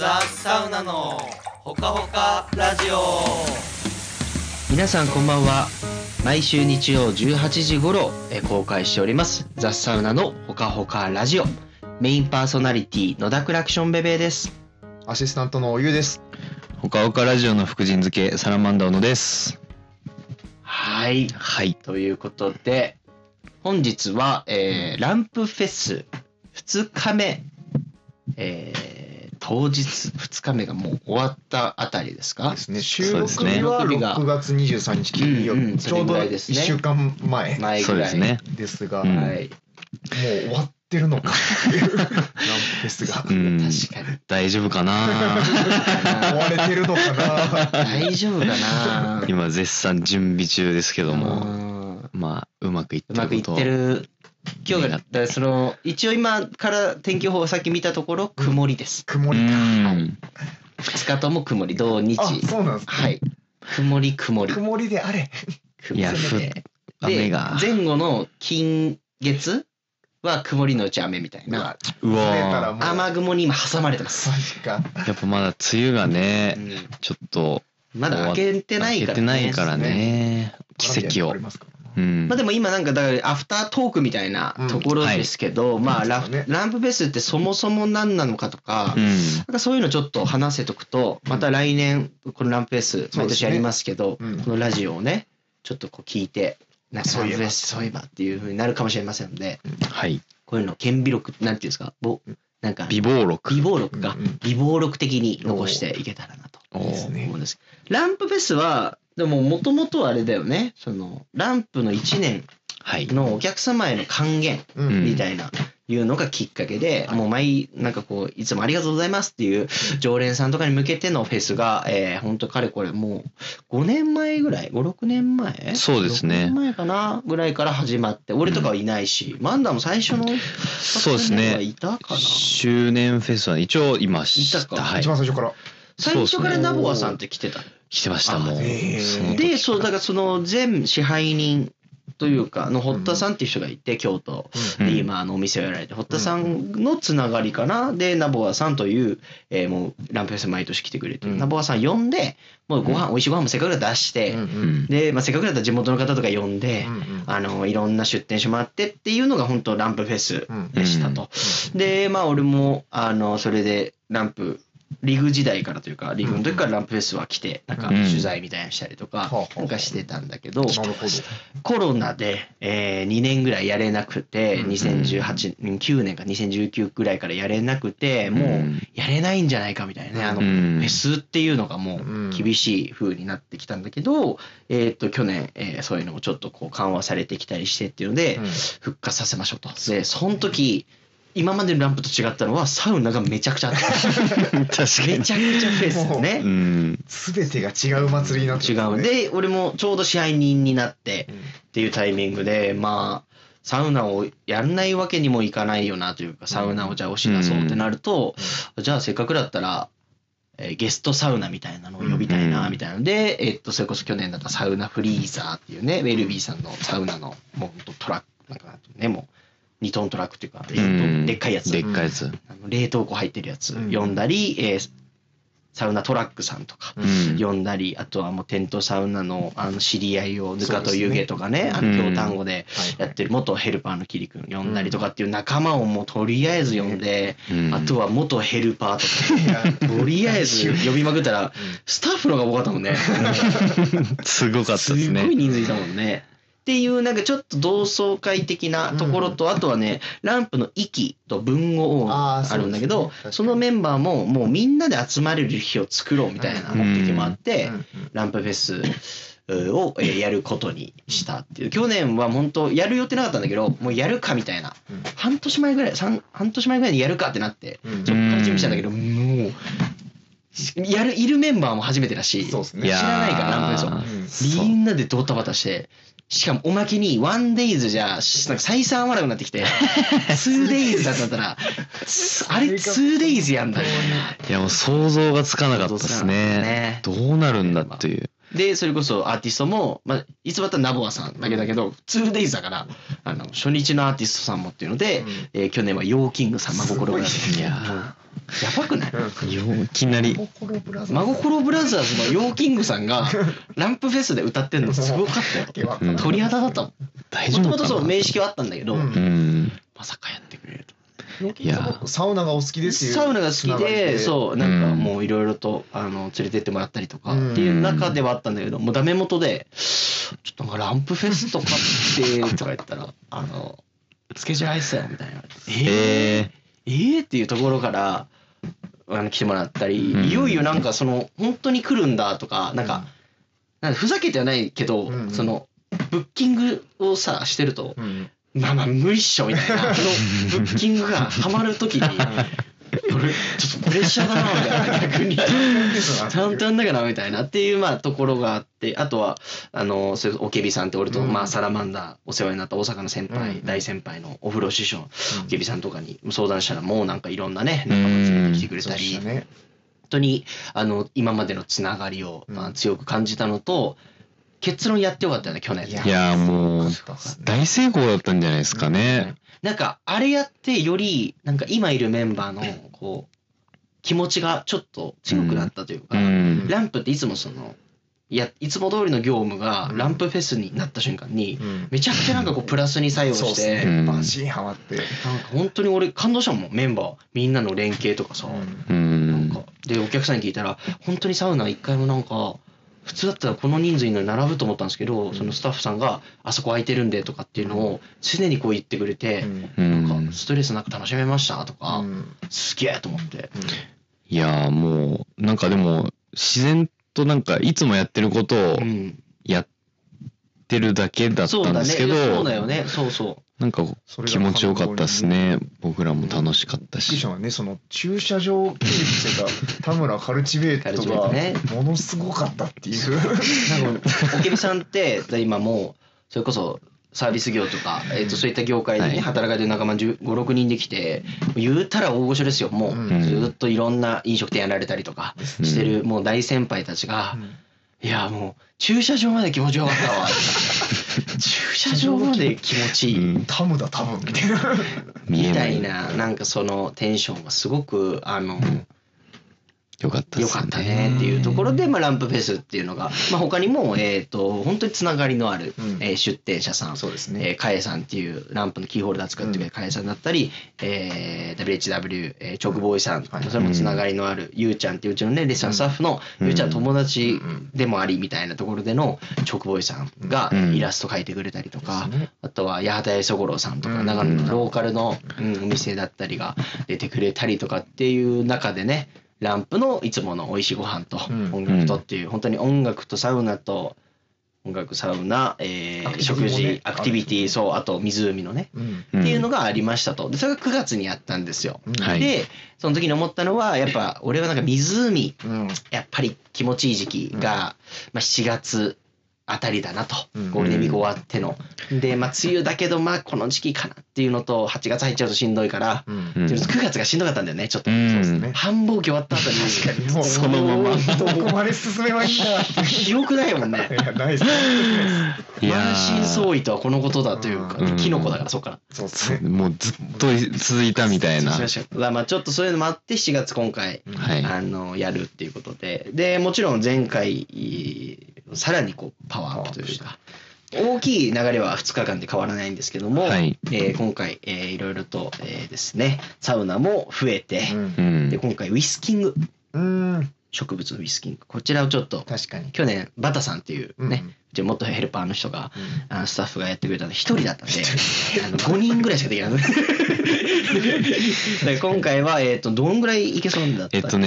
ザ・サウナのほかほかラジオ。 皆さんこんばんは。毎週日曜18時頃公開しておりますザ・サウナのほかほかラジオ。メインパーソナリティ野田クラクションベベーです。 アシスタントのおゆうです。 ほかほかラジオの福神漬けサラマンダー小野です。 はい、ということで本日は、ランプフェス2日目、当日2日目がもう終わったあたりですかですね。収録日は6月23日金曜日、ちょうど1週間前ぐらいですが、もう終わってるのかっていうランプフェスが、確かに大丈夫かな終われてるのかな大丈夫かな今絶賛準備中ですけども、まあうまくいってる。今日がその一応今から天気予報をさっき見たところ曇りです。 曇りか。 はい。2日とも曇り、土日。 あ、そうなんですか。 はい。曇り。 曇りであれ。 いや、雨が。 前後の金月は曇りのうち雨みたいな。 うわ。 雨雲に今挟まれてます。 やっぱまだ梅雨がね、ちょっとまだ明けてないからね。 奇跡を。 まあでも今なんかだからアフタートークみたいなところですけど、まあランプフェスってそもそも何なのかとか、なんかそういうのちょっと話せとくと、また来年このランプフェス毎年やりますけど、このラジオをねちょっとこう聞いて、なんかランプフェスそういえばっていう風になるかもしれませんので、こういうの顕微録なんていうんですか、なんか微暴録的に残していけたらなと思うんです。ランプフェスはでももともとあれだよね、そのランプの1年のお客様への還元みたいないうのがきっかけで、もうなんかこういつもありがとうございますっていう常連さんとかに向けてのフェスが、本当かれこれもう5年前ぐらい、5、6年前、 そうですね、 6年前かなぐらいから始まって、俺とかはいないし、マンダーも最初のそうですね、 いたかな。 周年フェスは一応いました。 一番最初からナボアさんって来てましたもう。 で、そうだからその前支配人というかの堀田さんっていう人がいて、京都で今お店をやられて、堀田さんのつながりかなでナボアさんという、もうランプフェス毎年来てくれてるナボアさん呼んで、もう美味しいご飯もせっかくだ出して、で、せっかくだったら地元の方とか呼んで、いろんな出店してもらってっていうのが本当ランプフェスでしたと。で、まあ俺もそれでランプリグ時代からというか、リグの時からランプフェスは来て、なんか取材みたいなしたりとか、なんかしてたんだけど、コロナで、2年ぐらいやれなくて、9年か2019ぐらいからやれなくて、もうやれないんじゃないかみたいなね、フェスっていうのがもう厳しい風になってきたんだけど、去年、そういうのもちょっとこう緩和されてきたりしてっていうので、復活させましょうと。で、その時、今までのランプと違ったのはサウナがめちゃくちゃあった。 確かにめちゃくちゃフェスね。 全てが違う祭りになってる、ね。で、俺もちょうど支配人になってっていうタイミングで、まあ、サウナをやんないわけにもいかないよなというか、サウナをじゃあ押し出そうってなると、じゃあせっかくだったら、ゲストサウナみたいなのを呼びたいなみたいなので、それこそ去年だったサウナフリーザーっていうね、ウェルビーさんのサウナのもうトラック、なんかね、もう、2トントラックっていうか、でっかいやつ。冷凍庫入ってるやつ呼んだり、サウナトラックさんとか呼んだり、あとはもうテントサウナの知り合いをぬかと湯気とかね、京丹後でやってる元ヘルパーのキリ君呼んだりとかっていう仲間をもうとりあえず呼んで、あとは元ヘルパーとか、とりあえず呼びまくったら、スタッフの方が多かったもんね。 すごかったですね。 すごい人数いたもんね。っていうなんかちょっと同窓会的なところと、あとはねランプの息と文豪があるんだけど、そのメンバーももうみんなで集まれる日を作ろうみたいな目的もあって、ランプフェスをやることにしたっていう。去年は本当やる予定なかったんだけど、もうやるかみたいな、半年前ぐらいにやるかってなって、そっから準備したんだけど、もういるメンバーも初めてだし、知らないからランプフェスをみんなでドタバタして、しかもおまけに 1days じゃなんか採算合わなくなってきて2days だったらあれ 2days やんだ。 いやもう想像がつかなかったですね。どうなるんだっていう。 でそれこそアーティストも、まあ、いつもだったらナボアさんだけだけど 2days だから初日のアーティストさんもっていうので、去年はヨーキングさん真心ブラザーズ。いややばくない？ いきなり真心ブラザーズのヨーキングさんがランプフェスで歌ってんのすごかったよ。鳥肌だったもん。 大丈夫かな。 もともとそう面識はあったんだけど、まさかやってくれると。 いやサウナがお好きですよ。 サウナが好きで、そうなんかもういろいろと連れてってもらったりとかっていう中ではあったんだけど、もうダメ元でちょっとなんかランプフェスとかってとか言ったらスケジュール入ってたよみたいな。っていうところから来てもらったり、いよいよなんかその本当に来るんだとかなんかふざけてはないけど、そのブッキングをさしてると。まあ無理っしょみたいなブッキングがハマるときに俺ちょっとプレッシャーだなみたいな逆にちゃんとやんなきゃなみたいなっていうまあところがあって、あとはそれおけびさんって俺とまあサラマンダーお世話になった大阪の先輩大先輩のお風呂師匠おけびさんとかに相談したらもうなんかいろんなね仲間連れてきてくれたり本当に今までのつながりを強く感じたのと。結論やってよかったよね去年。 いやもう大成功だったんじゃないですかね。 なんかあれやってよりなんか今いるメンバーのこう気持ちがちょっと強くなったというか、ランプっていつもいつも通りの業務がランプフェスになった瞬間にめちゃくちゃなんかこうプラスに作用してバシーンハマってなんか本当に俺感動したもん。メンバーみんなの連携とかさ、なんかでお客さんに聞いたら本当にサウナ一回もなんか普通だったらこの人数に並ぶと思ったんですけど、そのスタッフさんがあそこ空いてるんでとかっていうのを常にこう言ってくれて、なんかストレスなく楽しめましたとか、すげえと思って。 いやもうなんかでも自然となんかいつもやってることをやってるだけだったんですけど、 そうだよね。そうそう。 なんか気持ちよかったですね。僕らも楽しかったし。 その駐車場経営してた田村カルチベートがものすごかったっていう。 なんかおけびさんって今もうそれこそサービス業とかそういった業界でね働かれてる仲間15、6人できて言うたら大御所ですよ。もうずっといろんな飲食店やられたりとかしてるもう大先輩たちが。いやもう駐車場まで気持ちよかったわ駐車場まで気持ちいい、 タムだ多分みたいなみたいななんかそのテンションがすごくよかったですね。 よかったねっていうところで、まあ、ランプフェスっていうのが、まあ、他にも、本当につながりのある、出店者さん、そうですね、カエさんっていうランプのキーホルダー作ってくれるカエさんだったり、WHW、チョークボーイさん、それもつながりのある、ゆうちゃんっていううちのね、レッスンスタッフの、ゆうちゃん友達でもありみたいなところでの、チョークボーイさんがイラスト描いてくれたりとか、あとは八幡屋磯五郎さんとか、長野のローカルの、お店だったりが出てくれたりとかっていう中でね、ランプのいつもの美味しいご飯と音楽とっていう、本当に音楽とサウナと音楽サウナ、食事アクティビティ、そうあと湖のね、っていうのがありましたと。でそれが9月にやったんですよ。でその時に思ったのはやっぱ俺はなんか湖、やっぱり気持ちいい時期が、まあ、7月あたりだなと、ゴールデンウィーク終わってので、まあ梅雨だけどまあこの時期かなっていうのと、8月入っちゃうとしんどいから、9月がしんどかったんだよねちょっと。繁忙期終わった後に確かにもうそのままどこまで進めばいいんだって記憶ないもんね。 いやないです満身創痍とはこのことだというか、キノコだからそっから。 そうですね。 もうずっと続いたみたいな。 まあちょっとそういうのもあって7月今回やるっていうことで、でもちろん前回さらにこうパワーアップというか大きい流れは2日間で変わらないんですけども、今回いろいろとですねサウナも増えて、で今回ウィスキング、植物のウィスキング、こちらをちょっと去年バタさんっていうね、うち元ヘルパーの人がスタッフがやってくれたので1人だったんで5人ぐらいしかできなかった今回はどんぐらいいけそうだった確か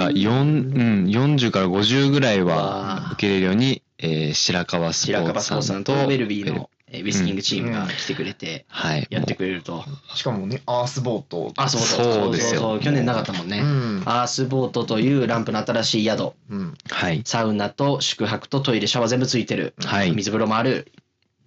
40から50ぐらいは受けれるように白川スポーツさんとベルビーのウィスキングチームが来てくれてやってくれると、 しかもねアースボート、 そうですよ、 去年なかったもんね、アースボートというランプの新しい宿、サウナと宿泊とトイレシャワー全部ついてる、水風呂もある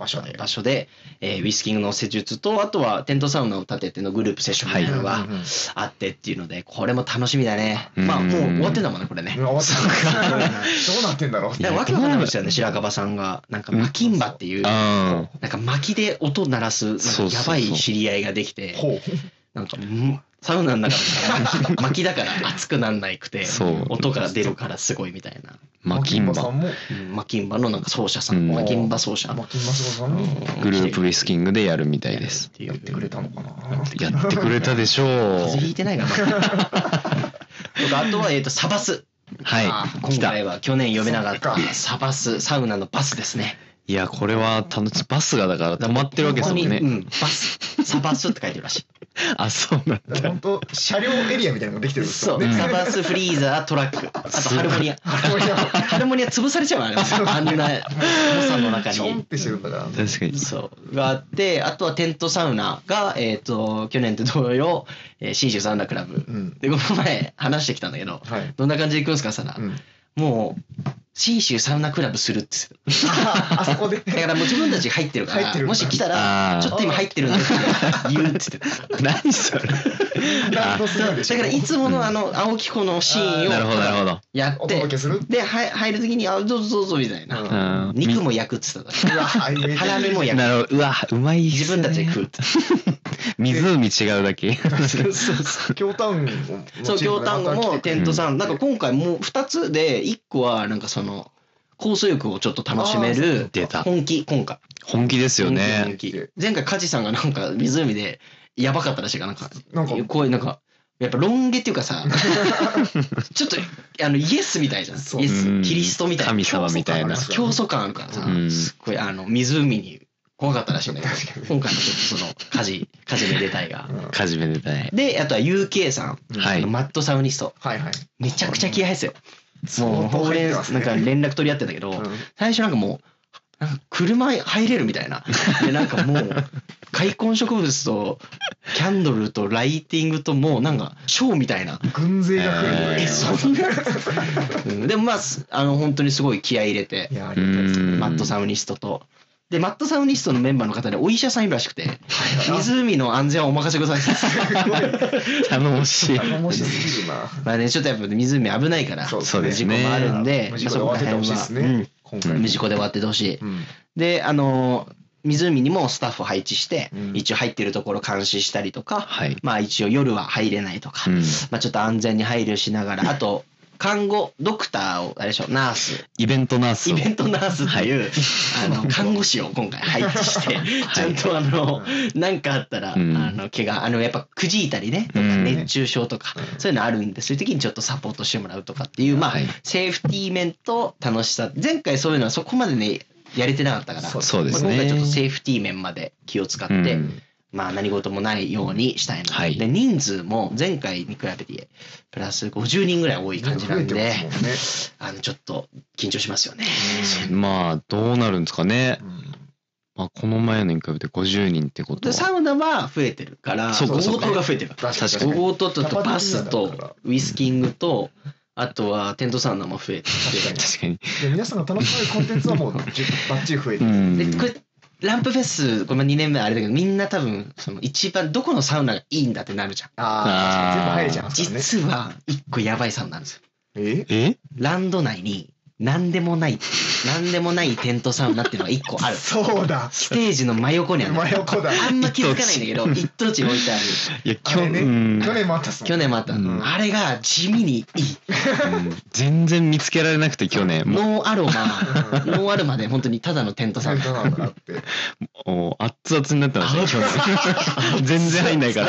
場所で、ウィスキングの施術と、あとはテントサウナを立ててのグループセッションみたいなのがあってっていうので、これも楽しみだね。まあもう終わってんだもんね、これね。 終わってんだ。どうなってんだろう。 わけわかんないですよね、白樺さんが。なんかマキンバっていう、なんか薪で音鳴らす、なんかやばい知り合いができて、なんか、サウナの中だから薪だから熱くなんないくて音が出るからすごいみたいな。 マキンバマキンバのなんか奏者さん、マキンバ奏者マキンバ奏者さんグループウィスキングでやるみたいです。 やってくれたのかな。 やってくれたでしょう。 風邪ひいてないかな。とかあとはサバス。 はい。 今回は去年読めなかったサバス、サウナのバスですね。 いやこれはバスがだから止まってるわけですもんね。 バス、サバスって書いてるらしい。 あ、そうなんだ。 本当車両エリアみたいなのができてるんですよね。 そう、サバス、フリーザー、トラック、あとハルモニア。ハルモニア潰されちゃうわね。あんな猛者の中に。 ちょんってしてるから。 確かに。 そうがあって、あとはテントサウナが去年と同様、信州サウナクラブでこの前話してきたんだけど、どんな感じで行くんですかさら、もう信州サウナクラブするってあそこでだからもう自分たち入ってるからもし来たらちょっと今入ってるんだって言うって言ってた。 何それ。 だからいつもの青木湖のシーンをやってで入る時にどうぞどうぞみたいな、肉も焼くって言ってた。ハラミも焼く。 なるほど。うわうまい。 自分たちで食うって。 湖違うだけ。 京丹後もテントサウナなんか今回もう2つで1個はなんかそのコース浴をちょっと楽しめる本気。今回本気ですよね。 前回梶さんがなんか湖でやばかったらしいからこういうなんかやっぱロン毛っていうかさちょっとイエスみたいじゃん。イエスキリストみたいな神様みたいな競争感あるからさ、すっごい湖に怖かったらしいんだけど、今回のちょっとそのカジめでたいがカジめでたいで、あとは UK さん、マッドサウニスト、めちゃくちゃ気合いですよ。もうなんか連絡取り合ってんだけど、最初なんかもうなんか車入れるみたいなで、なんかもう開墾植物とキャンドルとライティングともうなんかショーみたいな軍勢が来る。 そんなでもまあ本当にすごい気合い入れて、マッドサウニストと。でマッドサウニストのメンバーの方でお医者さんいるらしくて、湖の安全はお任せください。 頼もしい。 頼もしすぎるな。 まあね、ちょっとやっぱ湖危ないから事故もあるんで、 無事故で終わっててほしいですね。 無事故で終わっててほしい。で湖にもスタッフを配置して、一応入ってるところ監視したりとか、まあ一応夜は入れないとか、まあちょっと安全に配慮しながら、あと看護ドクターをあれでしょ、ナースイベントナースっていう看護師を今回配置してちゃんとなんかあったら怪我やっぱくじいたりねとか熱中症とかそういうのあるんで、そういう時にちょっとサポートしてもらうとかっていうまあセーフティー面と楽しさ、前回そういうのはそこまでねやれてなかったから、 そうですね、 今回ちょっとセーフティー面まで気を使ってまあ何事もないようにしたいな、で人数も前回に比べてプラス50人ぐらい多い感じなんで、ちょっと緊張しますよね。 まあどうなるんですかね。まあこの前のに比べて50人ってことはサウナは増えてるから、強盗が増えてるから、確かに強盗とバスとウィスキングとあとはテントサウナも増えてる。 確かに。 皆さんが楽しめるコンテンツはもうバッチリ増えてる。 でこれランプフェスこれ2年目あれだけど、みんな多分その一番どこのサウナがいいんだってなるじゃん。 全部入れちゃう。 実は一個やばいサウナなんですよ。 ランド内に何でもないテントサウナっていうのが一個ある。 そうだ。 ステージの真横にある。 真横だ。 あんま気づかないんだけど、一等地に置いてある。 いや去年もあったっす。 去年もあった。あれが地味にいい。 全然見つけられなくて去年。 ノーアロマで本当にただのテントサウナがあって。 熱々になってましたね。全然入んないから。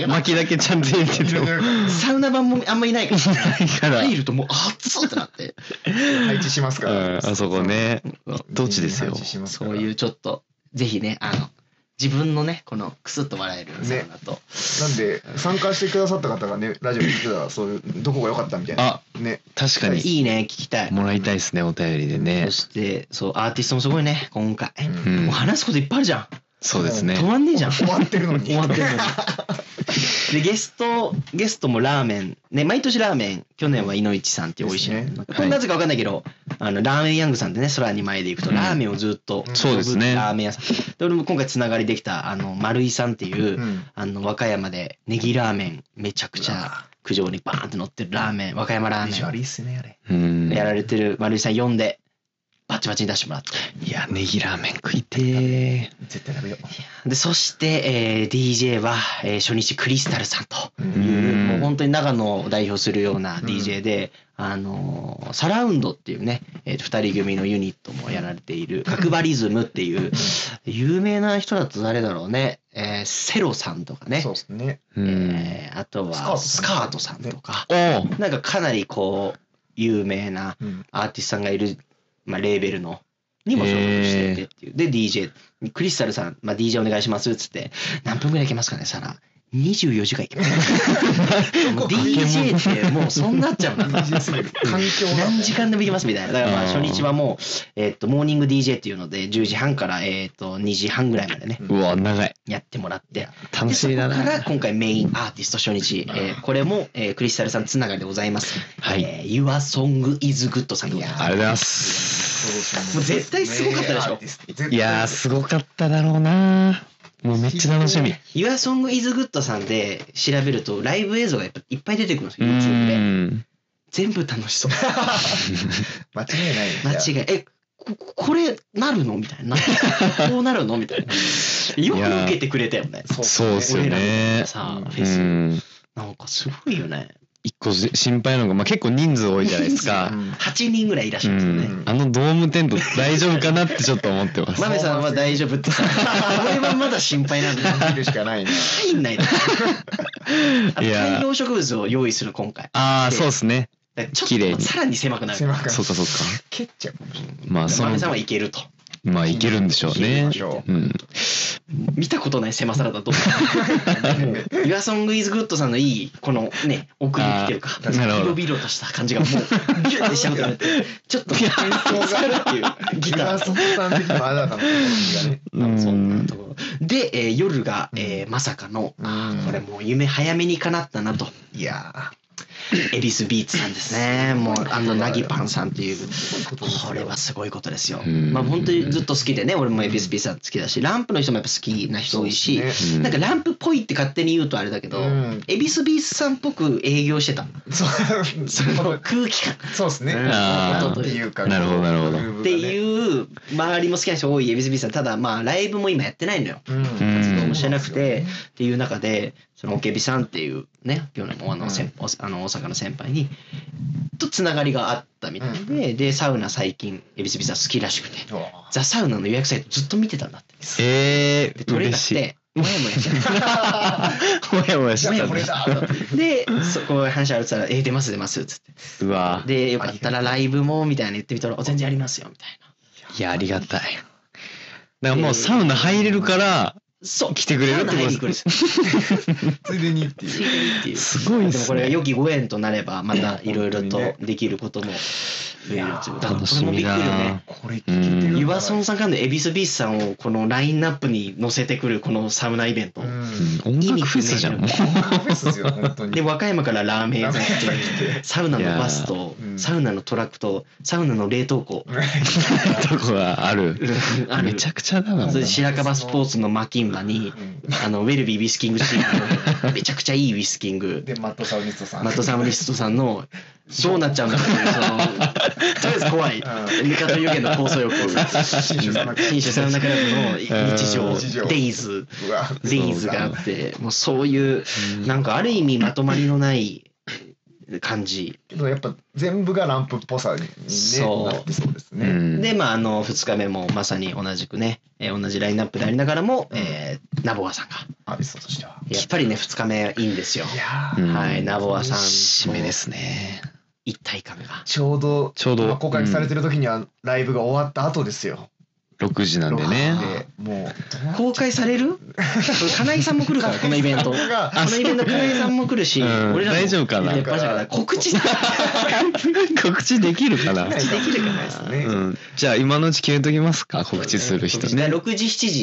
薪だけちゃんと入れてて。 サウナ版もあんまいないから。入るともう熱ってなって。 配置しますから。 あそこね、どっちですよ。 そういうちょっとぜひね自分のねこのクスッと笑えるサウナと、 なんで参加してくださった方がねラジオ聞いてたらそういうどこが良かったみたいなね、 確かにいいね、聞きたい、 もらいたいですね、お便りでね。 そしてそうアーティストもすごいね今回、もう話すこといっぱいあるじゃん。 そうですね、 止まんねえじゃん。 終わってるのにでゲストもラーメンね、毎年ラーメン、去年は井の一さんっていう美味しいね、これなぜか分かんないけど、ラーメンヤングさんってね、空に前で行くとラーメンをずっと、 そうですね、 ラーメン屋さんで、俺も今回つながりできた丸井さんっていう、和歌山でネギラーメンめちゃくちゃ九条にバーンって乗ってるラーメン、和歌山ラーメンビジュアルいいっすねあれ、 やられてる丸井さん呼んでバチバチに出してもらって、 いやネギラーメン食いてー、 絶対食べよう。 でそして、DJ は、初日クリスタルさんというもう本当に長野を代表するような DJ で、サラウンドっていうね、2人組のユニットもやられている角張リズムっていう有名な人だと誰だろうね、セロさんとかね、 そうですね、 あとはスカートさんとか、なんかかなりこう有名なアーティストさんがいる、まあ、レーベルのにも所属しててっていう。で、DJ、クリスタルさん、まあ、DJ お願いしますっつって、何分ぐらい行けますかね、サラ。24時間行けます。DJ ってもうそんなっちゃうな。環境何時間でも行けますみたいな。だからまあ初日はもう、モーニング DJ っていうので、10時半から2時半ぐらいまでね。 うわ、長い。 やってもらって。 楽しみだな。 そこから今回メインアーティスト初日、これも、クリスタルさんつながりでございます。 はい。 Your Song is Good さんでございます。 ありがとうございます。 もう絶対すごかったでしょ。 いやー、すごかっただろうな。もうめっちゃ楽しみ。 Your Song is Good さんで調べるとライブ映像がやっぱいっぱい出てくるんですよ、YouTube で。全部楽しそう。 間違いない。 間違い。これなるのみたいな。こうなるのみたいな。よく受けてくれたよね。 そうですよね。 さあ、フェス。なんかすごいよね。 一個心配なのが、まあ、結構人数多いじゃないですか。 8人ぐらいいらっしゃるんですよね。 あのドームテント大丈夫かなってちょっと思ってます。 マメさんは大丈夫ってさ、俺はまだ心配なんだよ。 見るしかないね。 入んないの。観葉植物を用意する今回。 ああ、そうですね。 ちょっとさらに狭くなる。 そうかそうか。 蹴っちゃうかもしれない。 まあマメさんはいけると。 まあいけるんでしょうね。 見たことない狭さだったらどうYour Song is Good さんのいいこのね奥行きっていうか広々とした感じがもうギュッてしちゃうとなってちょっと演奏があるっていうギターソンさん的にもあだかな感じがね。 そんなところで、夜が、まさかのこれもう夢早めに叶ったなと。 いやエビスビーツさんですね。もうナギパンさんっていうこれはすごいことですよ。まあ本当にずっと好きでね、俺もエビスビーツさん好きだし、ランプの人もやっぱ好きな人多いし、なんかランプっぽいって勝手に言うとあれだけど、エビスビーツさんっぽく営業してた。その空気感。 そうですね。 っていうか、 なるほどなるほど。 っていう周りも好きな人多いエビスビーツさん。ただまあライブも今やってないのよ。活動もしてなくてっていう中で。そのオケビさんっていうね、今日の大阪の先輩にとつながりがあったみたいで、でサウナ最近エビスビさん好きらしくて、ザサウナの予約サイトずっと見てたんだって。で取れなくてもやもやしてた。もやもやしてた。でそこ話あるって言ったら出ますっつって。 うわ。 でよかったらライブもみたいな言ってみたら全然やりますよみたいな。 いやありがたい。だからもうサウナ入れるから。 そう来てくれるってことです。 ついでにっていう。 すごいですね。 でもこれが良きご縁となればまたいろいろとできることも増えるっていう。だからこれもびっくりよね。 これ聞いてる。 ユアソンさんからのエビスビースさんをこのラインナップに載せてくるこのサウナイベント。 音楽フェスじゃん。 で和歌山からラーメン屋さん来てサウナのバスとサウナのトラックとサウナの冷凍庫。 とこがある。めちゃくちゃだな。 白樺スポーツのマキンバにウェルビーウィスキングチームのめちゃくちゃいいウィスキングでマットサウニストさんのどうなっちゃうんだろうっていうそのとりあえず怖い味方有限の構想欲新種サウナクラブの日常デイズがあってもうそういうなんかある意味まとまりのない感じけどやっぱ全部がランプっぽさに、ね、なってそうですね。 でまあ2日目もまさに同じくね、同じラインナップでありながらも、ナボアさんがアーティストとしてはやっぱりね2日目いいんですよ。はい、ナボアさん締めですね。 一体感がちょうど公開されてる時にはライブが終わった後ですよ。 6時なんでね。 もう公開される？金井さんも来るからこのイベント。このイベント金井さんも来るし、俺らも大丈夫かな。 告知できるかな。 できるかなですね。 じゃあ今のうち決めときますか告知する人ね。 6時7時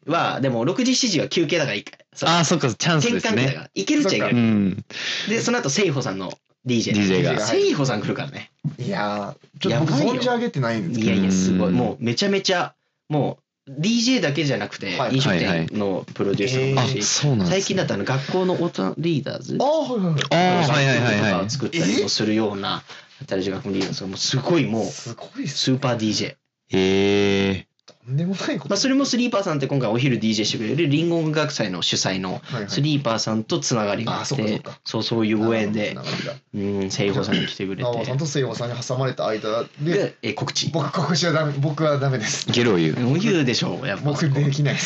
は、でも6時7時は休憩だからいいか。 あ、そっか、チャンスです転換期だかね。 ら。いけるっちゃいける。 うん。 で、その後、セイホさんの DJ がセイホさん来るからね。 いやー、ちょっと僕存じ上げてないんですけど。 いやいや、すごい。もうめちゃめちゃ、もう DJ だけじゃなくて、飲食店のプロデューサーもいるし、 そうなんですね。 最近だったら学校のオートリーダーズああ、はいはいはい。 ああ、はいはいはいはい。 作ったりもするような、新しい学校のリーダーズがもうすごいもう、 すごいっすスーパー DJ。 へえ。 とんでもないこと。 まあ、それもスリーパーさんって今回お昼 DJ してくれるリンゴ音楽祭の主催のはいはいスリーパーさんとつながりがあっあそうかて、そういうご縁で、セイホさんに来てくれナオさんて。 とセイホさんに挟まれた間でで、 告知。 僕はダメです。 ゲロ言う。 お湯でしょ、やっぱ。 僕できないです。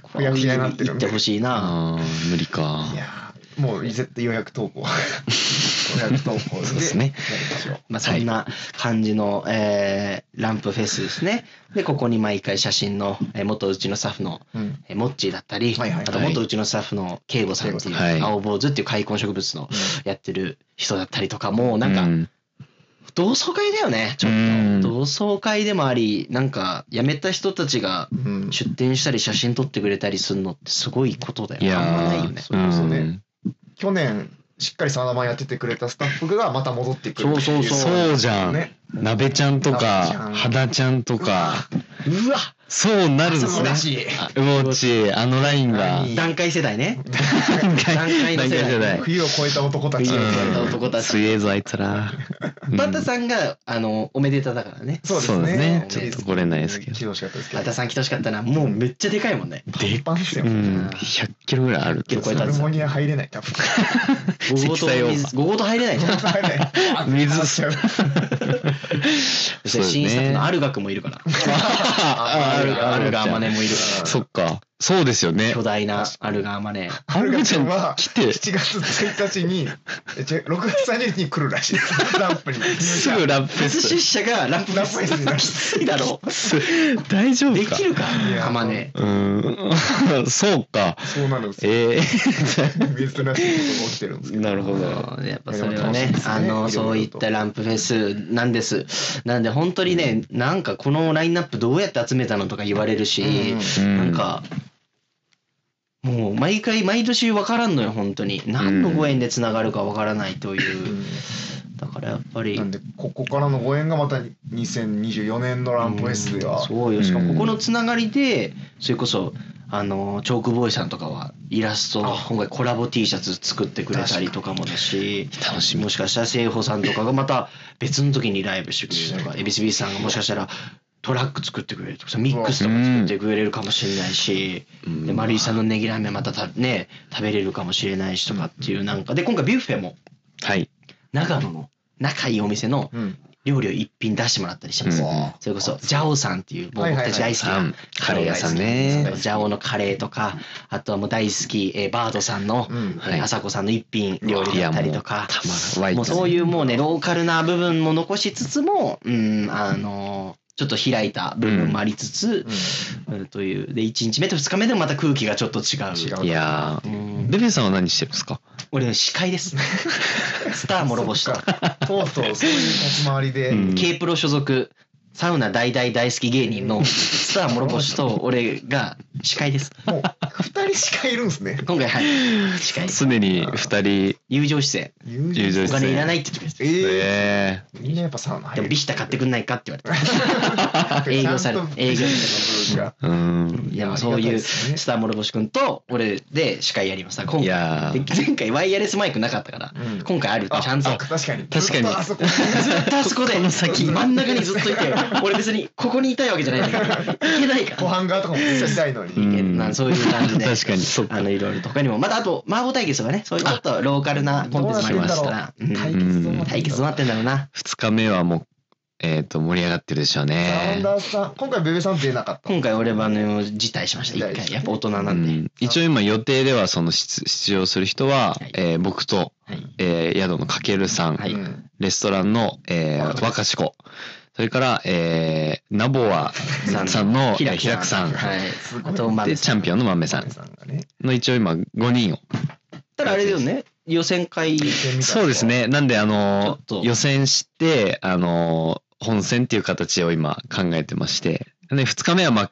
お湯行ってほしいな。 ああ、無理か。 いやー、もう絶対予約投稿。予約投稿そうですね。 まあそんな感じの、ランプフェスですね。で、ここに毎回写真の、元うちのスタッフの、モッチーだったり、 はいはいはいあと元うちのスタッフのケイゴさんっていう、 はい青坊主っていう開墾植物のやってる人だったりとかも、なんか、同窓会だよね、ちょっと。同窓会でもあり、なんか、辞めた人たちが出店したり写真撮ってくれたりするのってすごいことだよね。あんまないよね。 そうですね。去年、しっかりサナマンやっててくれたスタッフがまた戻ってくる。 そうじゃん。なべちゃんとか、はだちゃんとか。 うわそうなるんですね。うもち、ラインが。 段階世代ね。 段階の世代。 冬を越えた男たち。 冬を越えた男たち。 強えぞ、あいつら。 バタさんが、おめでただからね。 そうですね。 ちょっと来れないですけど。 来てほしかったですけど。 バタさん来てほしかったな。もうめっちゃでかいもんね。 でっぱんですよ。 100キロぐらいある。 100キロ超えたんですよ。 ハルモニア入れない、多分。 ごごと入れないじゃん。 水しちゃう。 新スタッフのアルガ君もいるから。アルガーマネもいるから。 そっか。そうですよね。 巨大なアルガーマネ。 アルガちゃんは7月1日に、6月30日に来るらしいです。ランプに。 すぐランプフェス。 初出社がランプフェスになる。きついだろう。 大丈夫か。 できるか、ハマネ。 そうか。 そうなるんですよ。珍しいことが起きてるんですけど。 なるほど。 やっぱそれはね、そういったランプフェスなんです。なんで本当にね、なんかこのラインナップどうやって集めたのとか言われるし、なんか、もう毎年分からんのよ、本当に。何のご縁でつながるか分からないという。だからやっぱり。 なんで、ここからのご縁がまた2024年のランプフェスでは。 そうよ。しかもここのつながりで、それこそ、チョークボーイさんとかはイラスト、今回コラボ T シャツ作ってくれたりとかもだし、 楽しみ。 もしかしたら聖保さんとかがまた別の時にライブしてくれるとか、エビスビーさんがもしかしたら、トラック作ってくれるとかミックスとか作ってくれるかもしれないし、でマリーさんのネギラーメンまた食べれるかもしれないしとかっていうなんかで、今回ビュッフェも長野の仲いいお店の料理を一品出してもらったりします。それこそジャオさんっていうもう僕たち大好きなカレー屋さんね。 ジャオのカレーとか、あとはもう大好きバードさんの朝子さんの一品料理だったりとか、もうそういうもうねローカルな部分も残しつつも、ちょっと開いた部分もありつつ、という。で、1日目と2日目でもまた空気がちょっと違う。 いやー。ベベさんは何してるんですか？ 俺、司会です。スター諸星と。 そういう立ち回りで。 K プロ所属、サウナ大好き芸人のスター諸星と俺が司会です。 もう、2人しかいるんですね。 今回、司会。 常に2人。 友情出演。お金いらないって言ってくれて。 みんなやっぱサウナ入る。 でもビヒタ買ってくんないかって言われて。営業される。営業いや、そういうスター諸星くんと俺で司会やりました。今回。前回ワイヤレスマイクなかったから、今回ある。ちゃんと。 確かに。 ずっとあそこで、真ん中にずっといて、俺別にここにいたいわけじゃないんだけど、いけないから。 ご飯側とかも行きたいのに。 そういう感じで。 確かに。 いろいろとかにも、またあと、麻婆対決とかね、そういうちょっとローカルなコンテンツもありますから。対決どうなってんだろうな。 2日目はもう、盛り上がってるでしょうね。 今回ベベさん出なかった。 今回俺は辞退しました。一回。やっぱ大人なんで。 一応今予定ではその出場する人は、僕と、宿のかけるさん、レストランの、若し子。それから、ナボアさんの平久さん。あと、で、チャンピオンの豆さんの一応今5人を。 ただあれだよね。予選会。 そうですね。なんで予選して、本戦っていう形を今考えてまして。で、2日目は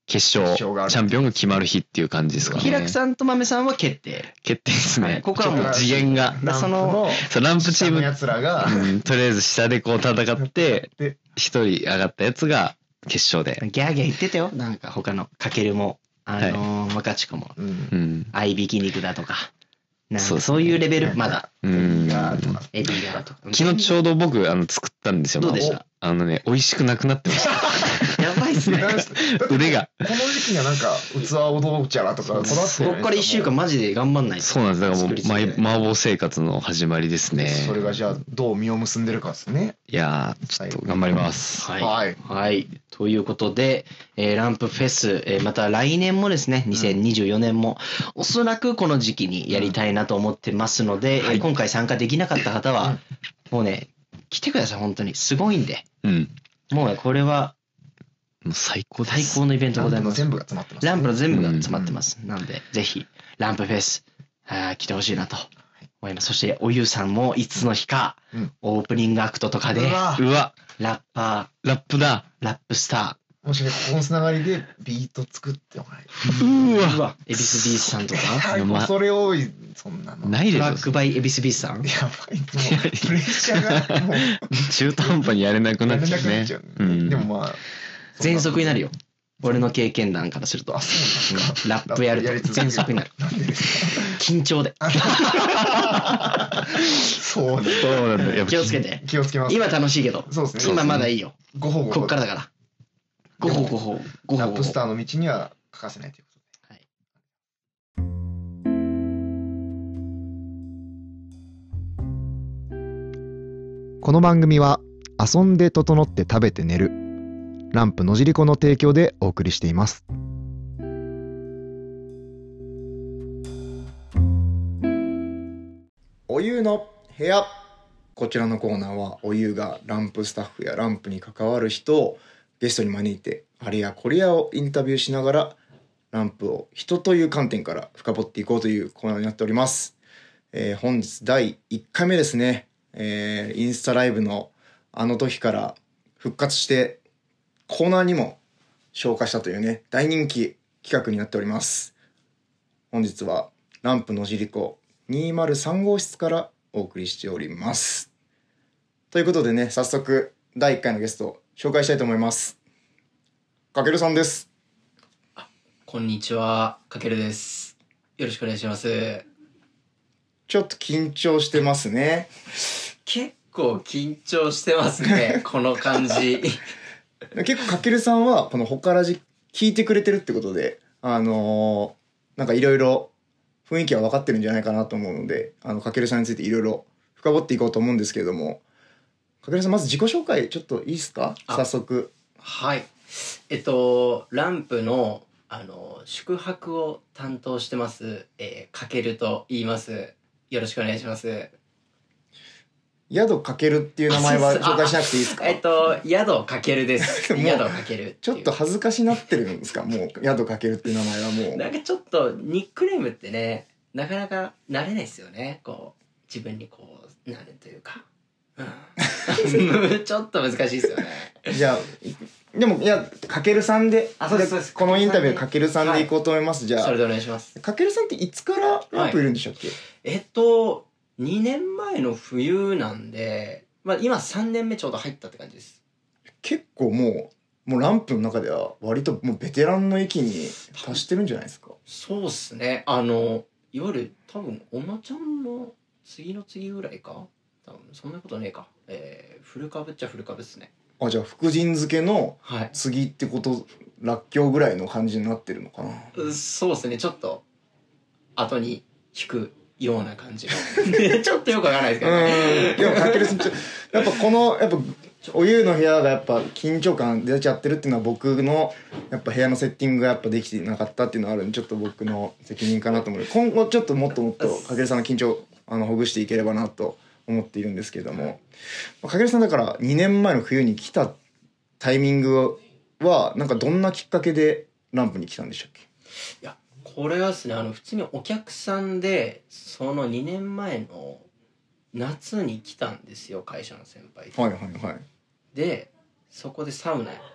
決勝チャンピオンが決まる日っていう感じですかね。 平久さんと豆さんは決定ですね。 ここはもう次元がランプチームのやつらがとりあえず下でこう戦って一人上がったやつが決勝でギャーギャー言ってたよ。なんか他のかけるも若智子も合いびき肉だとか。そういうレベルまだ。エビがとか。 昨日ちょうど僕作ったんですよ。 どうでした？ 美味しくなくなってました。 やばいっすね。 腕が。 この時期にはなんか器をどうちゃらとかこだわって。 ここから1週間マジで頑張んないと。 そうなんです。だからもう麻婆生活の始まりですね。 それがじゃあどう実を結んでるかですね。 いやーちょっと頑張ります。 はい。ということでランプフェスまた来年もですね2024年もおそらくこの時期にやりたいなと思ってますので今回参加できなかった方はもうね来てください。本当にすごいんで。もうねこれは最高です。 最高のイベントございます。 ランプの全部が詰まってます。 ランプの全部が詰まってます。なのでぜひランプフェス来てほしいなと思います。そしておゆうさんもいつの日かオープニングアクトとかでラップスターもしね、ここのつながりでビート作ってもらえる。うわ。エビスビースさんとか。 それ多い、そんなの。 ないですよ。 トラックバイエビスビースさん。 やばい。もう、プレッシャーがもう。 中途半端にやれなくなっちゃうね。 でもまあ。 全速になるよ。俺の経験談からすると。 あ、そうなんですか。ラップやると全速になる。 なんでですか？ 緊張で。 そうなんだ。 気をつけて。 気をつけます。 今楽しいけど。 そうですね。 今まだいいよ。こっからだから。ラップスターの道には欠かせないということで。この番組は遊んで整って食べて寝るランプ野尻湖の提供でお送りしています。おゆうの部屋。こちらのコーナーはおゆうがランプスタッフやランプに関わる人をゲストに招いてあれやこれやをインタビューしながらランプを人という観点から深掘っていこうというコーナーになっております。本日第1回目ですね。インスタライブのあの時から復活してコーナーにも昇華したというね大人気企画になっております。本日はランプ野尻湖203号室からお送りしております。ということでね、早速第1回のゲストを紹介したいと思います。かけるさんです。 こんにちは、かけるです。よろしくお願いします。 ちょっと緊張してますね。 結構緊張してますねこの感じ。 結構かけるさんはこのほからじ聞いてくれてるってことでなんかいろいろ雰囲気は分かってるんじゃないかなと思うのでかけるさんについていろいろ深掘っていこうと思うんですけれども、かけるさんまず自己紹介ちょっといいですか？早速。 はい。ランプの宿泊を担当してます、かけると言います。よろしくお願いします。 宿かけるっていう名前は紹介しなくていいですか？ 宿かけるです。宿かける。 ちょっと恥ずかしなってるんですか？もう宿かけるっていう名前はもう。 なんかちょっとニックネームってね、なかなか慣れないですよね。こう自分にこうなるというか。ちょっと難しいですよね。 じゃあでもいやかけるさんでこのインタビューかけるさんでいこうと思います。じゃあそれでお願いします。 かけるさんっていつからランプいるんでしたっけ？ 2年前の冬なんで、今3年目ちょうど入ったって感じです。 結構もうランプの中では割ともうベテランの域に達してるんじゃないですか？ そうっすね。いわゆる多分おまちゃんの次の次ぐらいか。多分そんなことねえか。古株っちゃ古株っすね。 じゃあ福神漬けの次ってこと、らっきょうぐらいの感じになってるのかな？ そうですね。ちょっと後に引くような感じのちょっとよくわからないですけどね。 でもかけるさんやっぱお湯の部屋がやっぱ緊張感出ちゃってるっていうのは僕のやっぱ部屋のセッティングがやっぱできてなかったっていうのがあるんで、ちょっと僕の責任かなと思う。今後ちょっともっとかけるさんの緊張ほぐしていければなと思っているんですけれども、かけるさんだから2年前の冬に来たタイミングはなんかどんなきっかけでランプに来たんでしたっけ？ いやこれはですね普通にお客さんでその2年前の夏に来たんですよ、会社の先輩で。 はいはいはい。 でそこでサウナ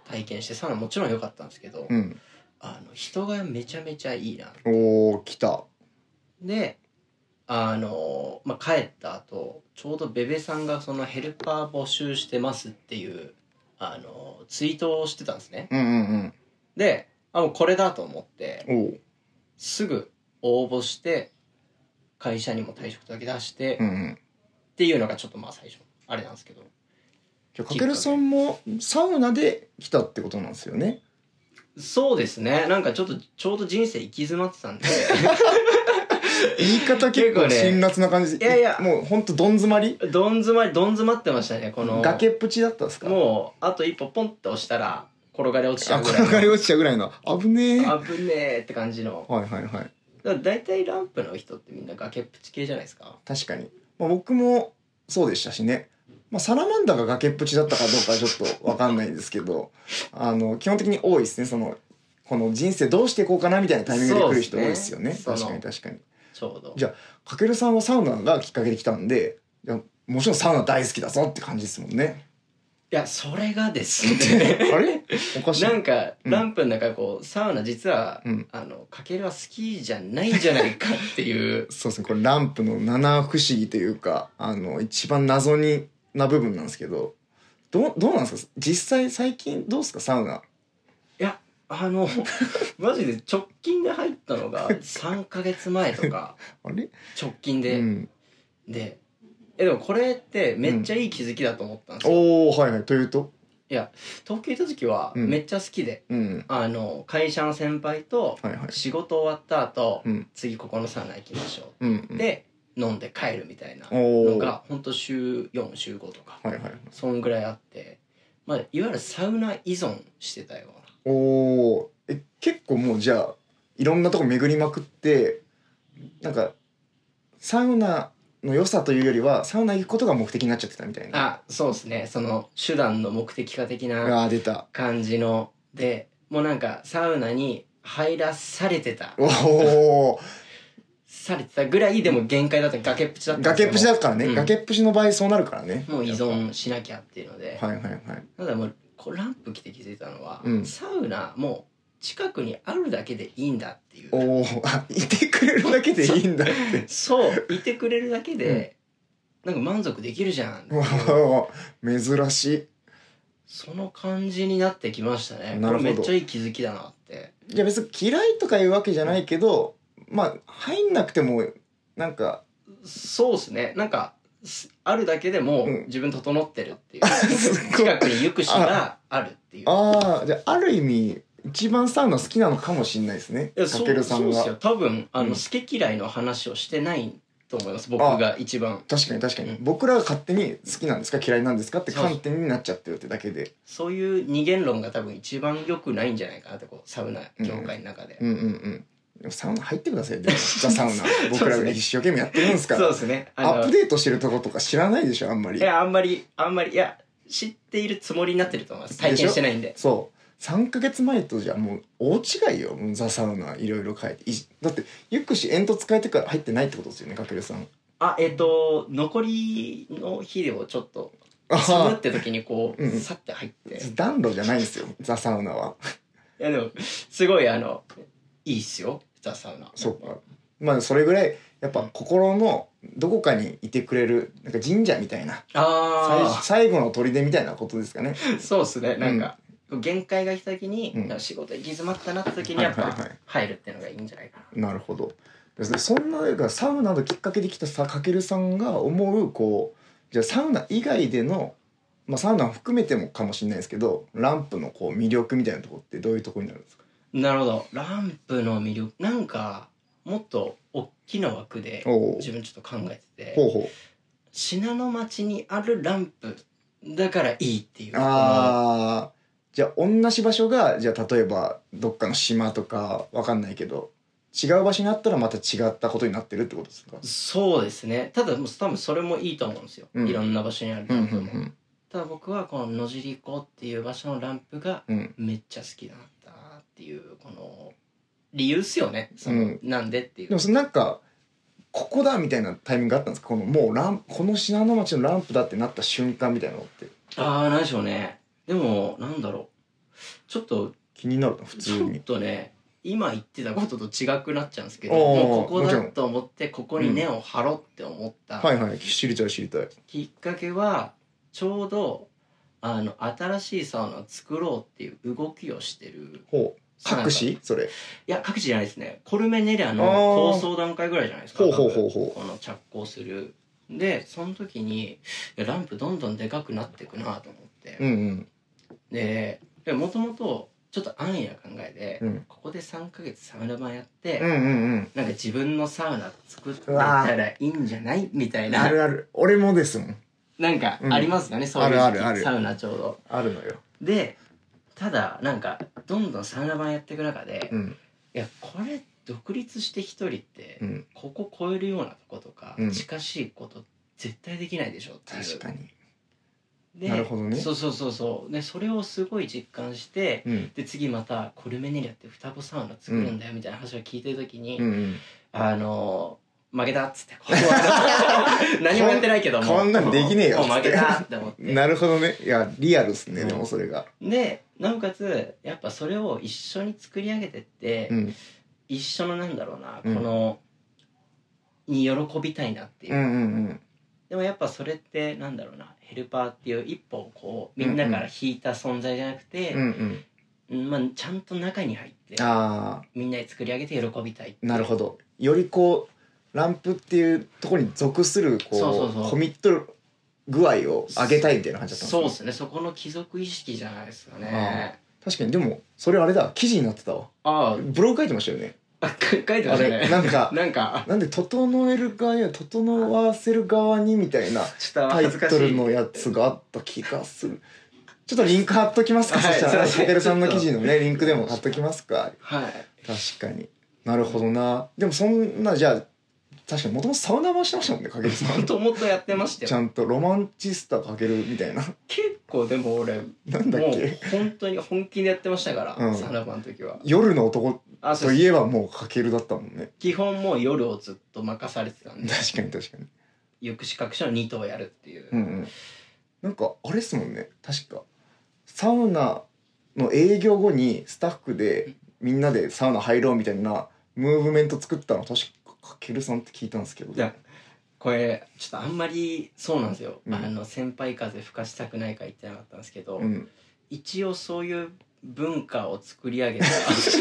体験してサウナもちろん良かったんですけど、 うん人がめちゃめちゃいいな。 おー来た。 で帰った後ちょうどベベさんがそのヘルパー募集してますっていうツイートをしてたんですね。 うんうんでもうこれだと思ってうん。おう。 すぐ応募して会社にも退職だけ出して、 うんうん。 っていうのがちょっとまあ最初あれなんですけど。 じゃあかけるさんもサウナで来たってことなんですよね。 そうですね。なんかちょうど人生行き詰まってたんで言い方結構辛辣な感じで。 いやいやもうほんとどん詰まり。 どん詰まってましたね。この崖っぷちだったんですか。 もうあと一歩ポンって押したら転がり落ちちゃうぐらいの転がり落ちちゃうぐらいの危ねえ。はい危ねえって感じの。 はいはい。 だから大体ランプの人ってみんな崖っぷち系じゃないですか。 確かに。まあ、僕もそうでしたしね。まあ、サラマンダが崖っぷちだったかどうかはちょっとわかんないんですけど、基本的に多いですね。この人生どうしていこうかなみたいなタイミングで来る人多いですよね。確かに確かに。 ちょうど。 じゃあかけるさんはサウナがきっかけで来たんで、いやもちろんサウナ大好きだぞって感じですもんね。 いやそれがですねあれおかしい。 なんかランプの中こうサウナ実は、 うんかけるは好きじゃないんじゃないかっていうそうですね。これランプの七不思議というか、一番謎な部分なんですけど、どうなんですか実際最近どうですかサウナ。 いやマジで直近で入ったのが3ヶ月前とかあれ直近で、 うんでもこれってめっちゃいい気づきだと思ったんですよ、 おーはいはい。というといや東京行った時はうんめっちゃ好きで、 うん会社の先輩とはいはい仕事終わった後、 うん次ここのサウナ行きましょうんう、で飲んで帰るみたいなおーのがほんと週4週5とかはいはい。 そんぐらいあって、まあ、いわゆるサウナ依存してたような。 おー結構もうじゃあいろんなとこ巡りまくって、なんかサウナの良さというよりはサウナ行くことが目的になっちゃってたみたいな。 あ、そうですね。その手段の目的化的な出た。 感じので、もうなんかサウナに入らされてたおおぐらいでも限界だった。崖っぷちだったんですよ。 崖っぷちだからね、 うん崖っぷちの場合そうなるからね。 もう依存しなきゃっていうので、 はいはいはいただもうこうランプ来て気づいたのは、 うんサウナもう近くにあるだけでいいんだっていう。 おおいてくれるだけでいいんだってそういてくれるだけで、なんか満足できるじゃんっていうわあ珍しい。 その感じになってきましたね。 なるほどこれめっちゃいい気づきだなって。 いや別に嫌いとかいうわけじゃないけど、まあ入んなくてもなんかそうですね。なんかあるだけでもうん自分整ってるっていう、 すごい近くに行くしがあるっていう。 ああじゃあある意味一番サウナ好きなのかもしれないですね。 いやかけるさんがそうですよ。多分うん好き嫌いの話をしてないと思います。僕が一番確かに確かに、 うん僕らが勝手に好きなんですか嫌いなんですかってそう観点になっちゃってるってだけでそういう二元論が多分一番良くないんじゃないかなって、こうサウナ業界の中で。 うんうんうんでもサウナ入ってくださいよでもザサウナ僕らが一生懸命やってるんですからそうですね。 アップデートしてるとことか知らないでしょあんまり。 いやあんまりいや知っているつもりになってると思います。体験してないんで。 そう3ヶ月前とじゃもう大違いよ。もうザサウナいろいろ変えてだってゆくし煙突変えてから入ってないってことですよねかけるさん。 残りの日をちょっと寒って時にこう、 うんさって入って。 暖炉じゃないんですよザサウナは。 いやでもすごいいいっすよザサウナ。 そうかまあそれぐらいやっぱ心のどこかにいてくれるなんか神社みたいなあ最後の砦みたいなことですかね。 あそうっすね。なんか、限界が来た時に、 うんなんか仕事行き詰まったなった時にやっぱはいはいはい入るっていうのがいいんじゃないかな。 なるほど。そんなだからサウナのきっかけで来たかけるさんが思うこうじゃあサウナ以外での、まあ、サウナを含めてもかもしれないですけどランプのこう魅力みたいなところってどういうところになるんですか。 なるほど。ランプの魅力なんかもっと大きな枠でおう自分ちょっと考えてて、 ほうほ信濃町にあるランプだからいいっていう。 う。ああじゃあ同じ場所がじゃあ例えばどっかの島とかわかんないけど違う場所にあったらまた違ったことになってるってことですか。 そうですね。ただもう多分それもいいと思うんですよ、 うんいろんな場所にあるうんうランプも、 んただ僕はこの野尻湖っていう場所のランプがうんめっちゃ好きなんだっていうこの理由っすよね。その、なんでっていう。 でもなんかここだみたいなタイミングがあったんですか。このもうこの信濃町のランプだってなった瞬間みたいなのって。 なんでしょうね。でもなんだろう、 ちょっと気になるな普ちょっ通に。 とね今言ってたことと違くなっちゃうんですけど、 おーもうここもちろんだと思ってここに根を張ろうって思ったはいはい、知りたい知りたい。 きっかけはちょうど新しいサウナを作ろうっていう動きをしてるほう。各市それ。 いや各地じゃないですね。コルメネリアのあー構想段階ぐらいじゃないですか。 ほうほうほうほうこの着工するでその時にいやランプどんどんでかくなっていくなと思って、 うんうんでもともとちょっと安易な考えで、 うんここで3ヶ月サウナ版やって、 うんうんうん。 なんか自分のサウナ作ってたらいいんじゃないみたいなあるある。俺もですもん。 なんかありますよね、そういう時期あるあるあるサウナちょうどあるのよ。 でただなんかどんどんサウナ版やっていく中で、 うんいやこれ独立して一人って、 うん。 ここ超えるようなとことか、 うん近しいこと絶対できないでしょっていう確かに。 でなるほどねそうでそれをすごい実感して、 うんで次またコルメネリアって双子サウナ作るんだよみたいな話を聞いてる時に、 うんうん。 負けたっつって何もやってないけどもこんなんできねえよっつってもう負けたって思ってなるほどね。いやリアルっすね、 うんでもそれが。 でなおかつやっぱそれを一緒に作り上げてって、 うん一緒のなんだろうな、 うんこのに喜びたいなっていう、 うんうんでもやっぱそれってなんだろうなヘルパーっていう一本こうみんなから引いた存在じゃなくて、 うんうんまあ、ちゃんと中に入ってあみんなで作り上げて喜びたいっていうあなるほど。よりこうランプっていうところに属するこうそうそうそうコミット具合を上げたいみたいな感じだったんですそうですねそこの貴族意識じゃないですかね。 確かに。でもそれあれだ、記事になってたわ。 あブログ書いてましたよね。 あ書いてまあしたねれなんかなんかなんで整える側や整わせる側にみたいなちょっとタイ恥ずかしいトルのやつがあった気がする。ちょっとリンク貼っときますか、 はいそしたらそうですねたけるさんの記事のねリンクでも貼っときますか。 はい確かに。なるほどな。でもそんなじゃあ確かにもともとサウナもしてましたもんね、かけるさん。 もともとやってましたよ。 ちゃんとロマンチスタかけるみたいな。 結構でも俺もなんだっけう本当に本気でやってましたから、 うんサウナバの時は。 夜の男あそうですといえばもうかけるだったもんね。 基本もう夜をずっと任されてたんで確かに確かに。 抑止確証の2頭やるっていう、 うんうん。なんかあれっすもんね、確かサウナの営業後にスタッフでみんなでサウナ入ろうみたいなムーブメント作ったの確かかけるさんって聞いたんですけど。 いやこれちょっとあんまりそうなんですよ、 うん先輩風吹かしたくないから言ってなかったんですけど、 うん。 一応そういう文化を作り上げた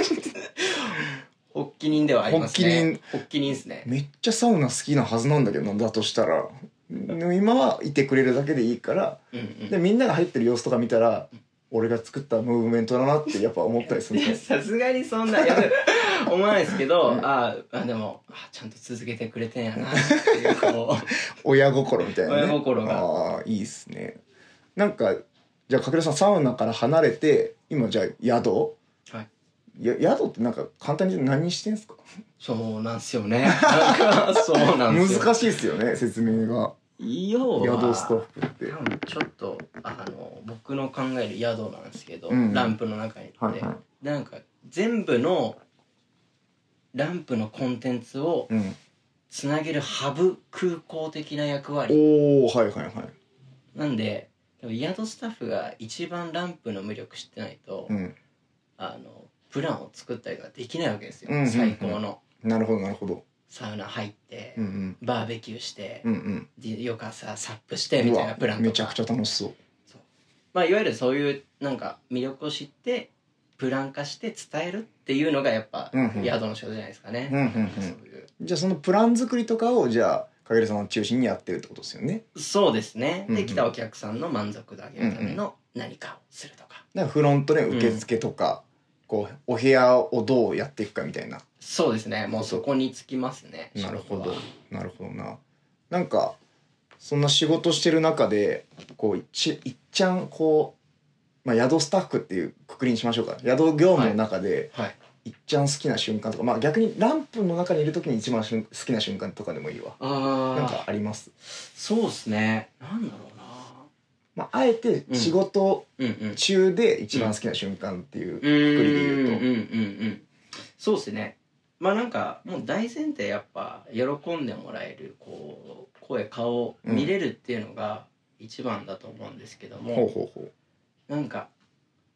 発起人ではありますね。発起人ですね。 めっちゃサウナ好きなはずなんだけどな、だとしたら。でも今はいてくれるだけでいいから、 うんうんでみんなが入ってる様子とか見たら、俺が作ったムーブメントだなってやっぱ思ったりするんいやですよ。 さすがにそんないや思わないですけど、でもちゃんと続けてくれてんやなっていうこ親心みたいなね。 親心がああ、いいっすね。なんか、じゃあかけるさんサウナから離れて、今じゃあ宿う、はい、 宿ってなんか簡単に何してんすか？ そうなんすよね。なんかそうなんですよ。 難しいっすよね、説明が。 要は宿スタッフって。 多分ちょっと僕の考える宿なんですけど、 うんランプの中にって、 はいはなんか全部のランプのコンテンツをうん。 つなげるハブ空港的な役割おお、はいはいはい。 なんで、でも宿スタッフが一番ランプの魅力知ってないと、 うん。 プランを作ったりができないわけですよ、 うんうんうん最高のなるほどなるほど。 サウナ入って、 うんうん。 バーベキューして、 うんうん。 で翌朝サップしてみたいなプランとかめちゃくちゃ楽しそう。 まあ、いわゆるそういうなんか魅力を知ってプラン化して伝えるっていうのがやっぱうんうん宿の仕事じゃないですかね、 うんうんうんそういうじゃあそのプラン作りとかをじゃあかけるさんを中心にやってるってことですよね。 そうですね、 うんうんで来たお客さんの満足度を上げるための何かをするとか、 だからフロントで受付とか、こうお部屋をどうやっていくかみたいな。 そうですねもうそこにつきますねなるほど仕事はなるほどな。なんかそんな仕事してる中でこういっちゃんこう、まあ、宿スタッフっていうくくりにしましょうか。宿業務の中ではいいっちゃん好きな瞬間とか、まあ逆にランプの中にいる時に一番好きな瞬間とかでもいいわ。なんあかあります？ そうですねなんだろうなまああえて仕事うんうん中で一番好きな瞬間っていうくくりで言うと、 うんうんそうですねまあなんかもう大前提やっぱ喜んでもらえるこう声顔見れるっていうのが一番だと思うんですけども、 ほうほうほう。 なんか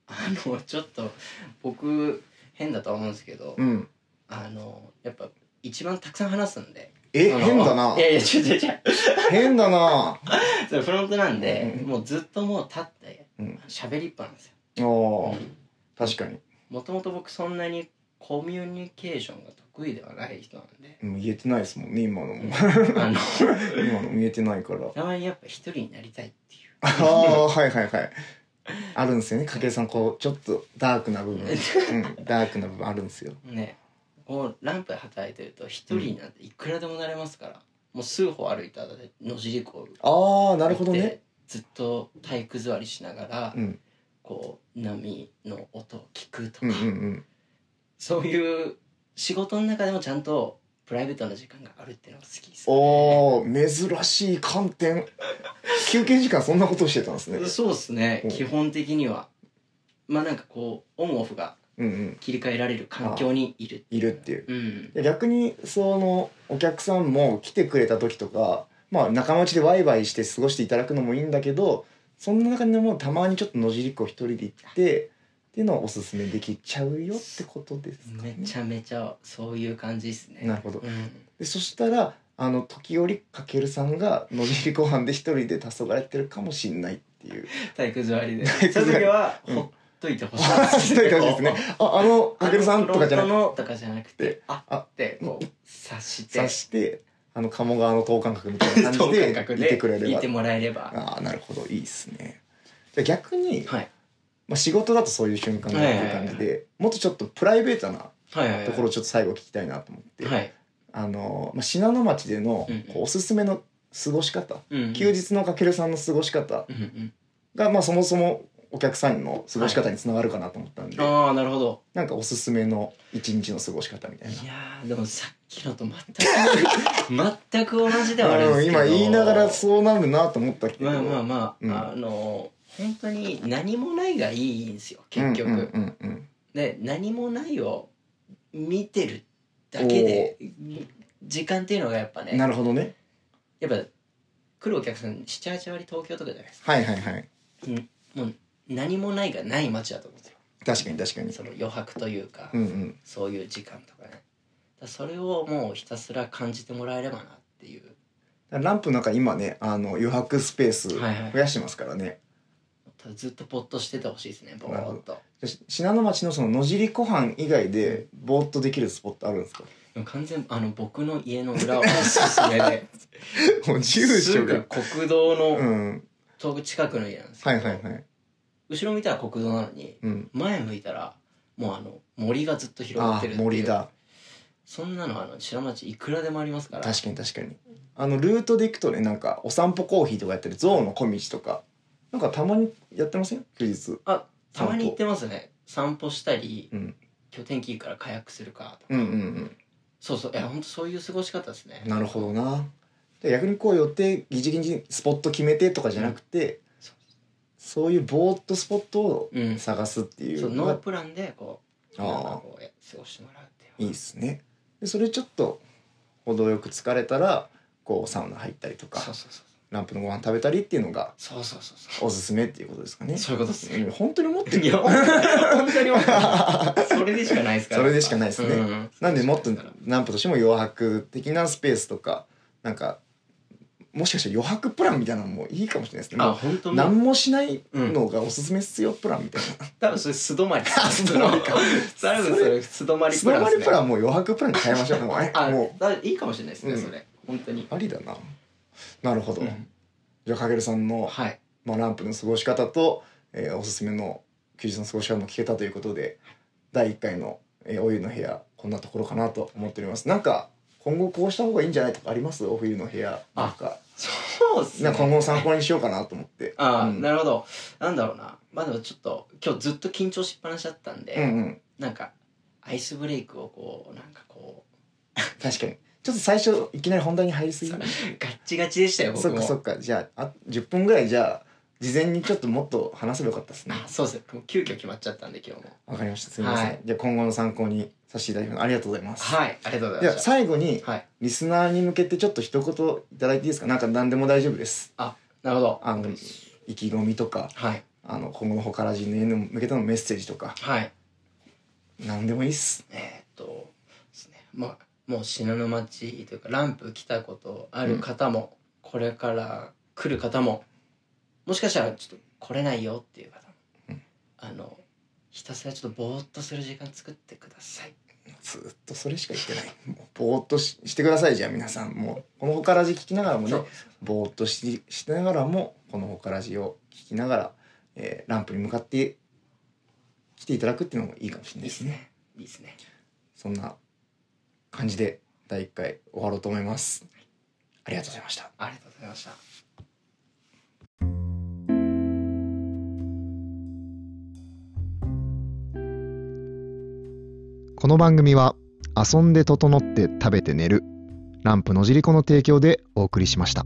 ちょっと僕変だとは思うんですけど、 うんやっぱ一番たくさん話すんで。 変だないやいや違う変だなそれフロントなんで、 うんもうずっともう立ってうん喋りっぱなんですよ。 おー確かにもともと僕そんなにコミュニケーションが得意ではない人なんで、 言えてないですもんね今のもあの今の見えてないからたまにやっぱ一人になりたいっていう。 ああはいはいはいあるんですよねかけるさんこうちょっとダークな部分ダークな部分あるんですよね、こうランプで働いてると一人なんていくらでもなれますから、もう数歩歩いたら野尻湖をああなるほどねずっと体育座りしながら、 うんこう波の音を聞くとか、 うんうんそういう仕事の中でもちゃんとプライベートな時間があるっていうのが好きです、ね、 おー珍しい観点休憩時間そんなことをしてたんですねそうですね、 うん基本的にはまあなんかこうオンオフがうん切り替えられる環境にいるいるっていううんで逆にそのお客さんも来てくれた時とかまあ仲間内でワイワイして過ごしていただくのもいいんだけどそんな中でもたまにちょっと野尻湖一人で行ってっていうのをおすすめできちゃうよってことですかねめちゃめちゃそういう感じですね。 なるほどうんでそしたら時折かけるさんが野尻湖畔で一人で黄昏ってるかもしんないっていう体育座りで体育座りその時はうんほっといてほしいですそういう感じですねかけるさんとかじゃなくてのとかじゃなくてあってこう察して刺して鴨川の等間隔みたいな感じ等で間隔いてくれればいてもらえればああなるほどいいっすねじゃあ逆に、 はいまあ、仕事だとそういう瞬間がっていう感じで、もっとちょっとプライベートなはいはいところをちょっと最後聞きたいなと思って、 はいまあ、信濃町でのうんこうおすすめの過ごし方、 うん休日のかけるさんの過ごし方うんうんが、まあ、そもそもお客さんの過ごし方につながるかなと思ったんで、 ああなるほど。 なんかおすすめの一日の過ごし方みたいな。 いやーでもさっきのと全く同じではあるんですけど、 今言いながらそうなるなと思ったけどまあまあまあ、 うん本当に何もないがいいんですよ結局、 うんうんうんで何もないを見てるだけで時間っていうのがやっぱねなるほどねやっぱ来るお客さん 7,8 割東京とかじゃないですか、 はいはいはいもう何もないがない街だと思うんですよ確かに確かにその余白というか、 うんうんそういう時間とかねそれをもうひたすら感じてもらえればなっていうランプなんか今ね余白スペースはいはい増やしてますからね、 ただずっとポッとしててほしいですねぼーっと信濃町のその野尻湖畔以外でぼーっとできるスポットあるんですかでも完全僕の家の裏はおすすめでもう住所が国道のうん近くの家なんですけど、 はいはいはい後ろ見たら国道なのにうん前向いたらもう森がずっと広がってるっていう森だそんなの白町いくらでもありますから確かに確かにルートで行くとねなんかお散歩コーヒーとかやってるゾウの小道とかなんかたまにやってません休日あたまに行ってますね散歩したり、 うん今日天気いいからカヤックするかとか、 うんうんそうそういや本当そういう過ごし方ですねなるほどなで逆にこう予定ギチギチにスポット決めてとかじゃなくて、そういうボーっとスポットをうん探すっていうそうのがノープランでこうあーなんかこう過ごしてもらうっていういいっすねでそれちょっと程よく疲れたらこうサウナ入ったりとかそうそうそうランプのご飯食べたりっていうのがそうそうそうそうおすすめっていうことですかねそういうことですね本当に思ってるいやよ本当に思ってそれでしかないですからそれでしかないですねうんなんでもっとランプとしても余白的なスペースとかなんかもしかしたら余白プランみたいなのもいいかもしれないですねあ本当もう何もしないのがおすすめっすよプランみたいな多分それ素泊まり素泊まりか多分それ素泊まり素泊まプランですねりプランもう余白プランに変えましょうもうあもいいかもしれないですね、 うんそれ本当にうありだななるほど、 うんじゃあかげるさんの、 はいまあ、ランプの過ごし方と、おすすめの休日の過ごし方も聞けたということで第1回の、お湯の部屋こんなところかなと思っておりますなんか今後こうした方がいいんじゃないとかありますお冬の部屋なんかそうっすねなんか今後の参考にしようかなと思ってああ、 うんなるほどなんだろうなまあでもちょっと今日ずっと緊張しっぱなしだったんで、 うんうんなんかアイスブレイクをこうなんかこ確かにちょっと最初いきなり本題に入りすぎうガッチガチでしたよ僕もそっかそっかじゃあ10分ぐらいじゃあ事前にちょっともっと話せばよかったですねあそうですね急遽決まっちゃったんで今日もわかりましたすみません、 はいじゃあ今後の参考にさせていただきますありがとうございますはいありがとうございではました最後にはいリスナーに向けてちょっと一言いただいていいですかなんか何でも大丈夫ですあなるほど 1 意気込みとか、 はい。 今後のほからじに向けてのメッセージとか、 はい。 何でもいいっす。 ですね。まあ、もう信濃町というか、ランプ来たことある方も、これから来る方も、もしかしたらちょっと来れないよっていう方も、ひたすらちょっとぼーっとする時間作ってください。 ずっとそれしか言ってない。もうぼーっとしてください。じゃあ皆さんもうこのほからじ聞きながらもね、ぼーっとしながらもこのほからじを聞きながら、ランプに向かって来ていただくっていうのもいいかもしれないですね。 いいですね。 そんな感じで第1回終わろうと思います。ありがとうございました。 ありがとうございました。 この番組は遊んで整って食べて寝るランプのじりこの提供でお送りしました。